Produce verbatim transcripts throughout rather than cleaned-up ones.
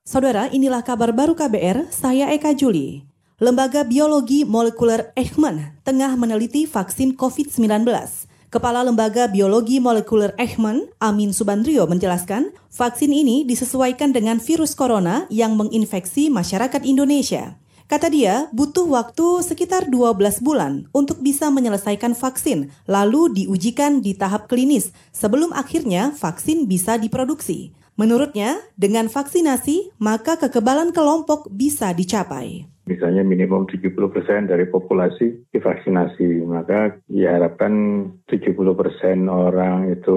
Saudara, inilah kabar baru K B R, saya Eka Juli. Lembaga Biologi Molekuler Eijkman tengah meneliti vaksin covid sembilan belas. Kepala Lembaga Biologi Molekuler Eijkman, Amin Subandrio menjelaskan, vaksin ini disesuaikan dengan virus corona yang menginfeksi masyarakat Indonesia. Kata dia, butuh waktu sekitar dua belas bulan untuk bisa menyelesaikan vaksin, lalu diujikan di tahap klinis sebelum akhirnya vaksin bisa diproduksi. Menurutnya, dengan vaksinasi, maka kekebalan kelompok bisa dicapai. Misalnya minimum tujuh puluh persen dari populasi divaksinasi, maka diharapkan tujuh puluh persen orang itu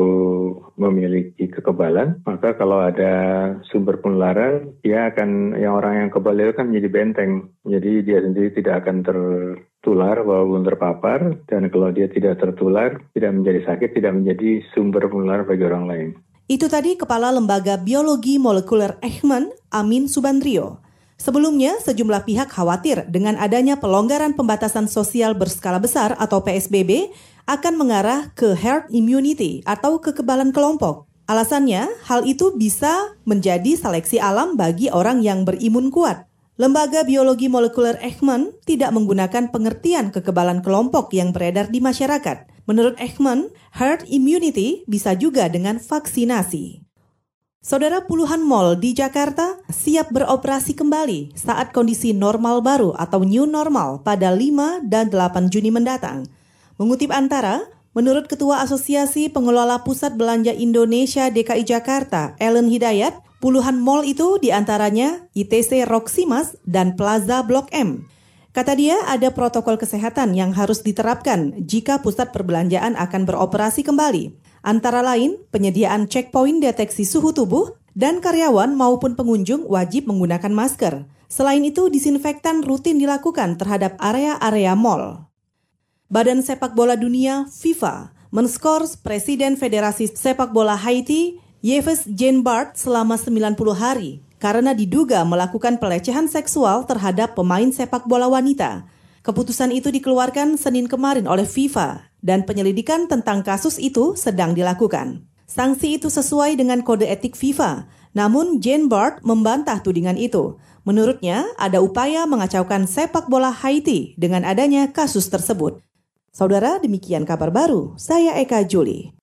memiliki kekebalan, maka kalau ada sumber penularan, dia akan, yang orang yang kebal itu kan menjadi benteng, jadi dia sendiri tidak akan tertular walaupun terpapar, dan kalau dia tidak tertular, tidak menjadi sakit, tidak menjadi sumber penularan bagi orang lain. Itu tadi Kepala Lembaga Biologi Molekuler Eijkman, Amin Subandrio. Sebelumnya, sejumlah pihak khawatir dengan adanya pelonggaran pembatasan sosial berskala besar atau P S B B akan mengarah ke herd immunity atau kekebalan kelompok. Alasannya, hal itu bisa menjadi seleksi alam bagi orang yang berimun kuat. Lembaga Biologi Molekuler Eijkman tidak menggunakan pengertian kekebalan kelompok yang beredar di masyarakat. Menurut Eijkman, herd immunity bisa juga dengan vaksinasi. Saudara, puluhan mal di Jakarta siap beroperasi kembali saat kondisi normal baru atau new normal pada lima dan delapan Juni mendatang. Mengutip Antara, menurut Ketua Asosiasi Pengelola Pusat Belanja Indonesia D K I Jakarta, Ellen Hidayat, puluhan mal itu diantaranya I T C Roximas dan Plaza Blok M. Kata dia, ada protokol kesehatan yang harus diterapkan jika pusat perbelanjaan akan beroperasi kembali. Antara lain, penyediaan checkpoint deteksi suhu tubuh dan karyawan maupun pengunjung wajib menggunakan masker. Selain itu, disinfektan rutin dilakukan terhadap area-area mal. Badan Sepak Bola Dunia FIFA menskors Presiden Federasi Sepak Bola Haiti, Yves Jean Bart selama sembilan puluh hari karena diduga melakukan pelecehan seksual terhadap pemain sepak bola wanita. Keputusan itu dikeluarkan Senin kemarin oleh FIFA dan penyelidikan tentang kasus itu sedang dilakukan. Sanksi itu sesuai dengan kode etik FIFA, namun Jean Bart membantah tudingan itu. Menurutnya, ada upaya mengacaukan sepak bola Haiti dengan adanya kasus tersebut. Saudara, demikian kabar baru. Saya Eka Juli.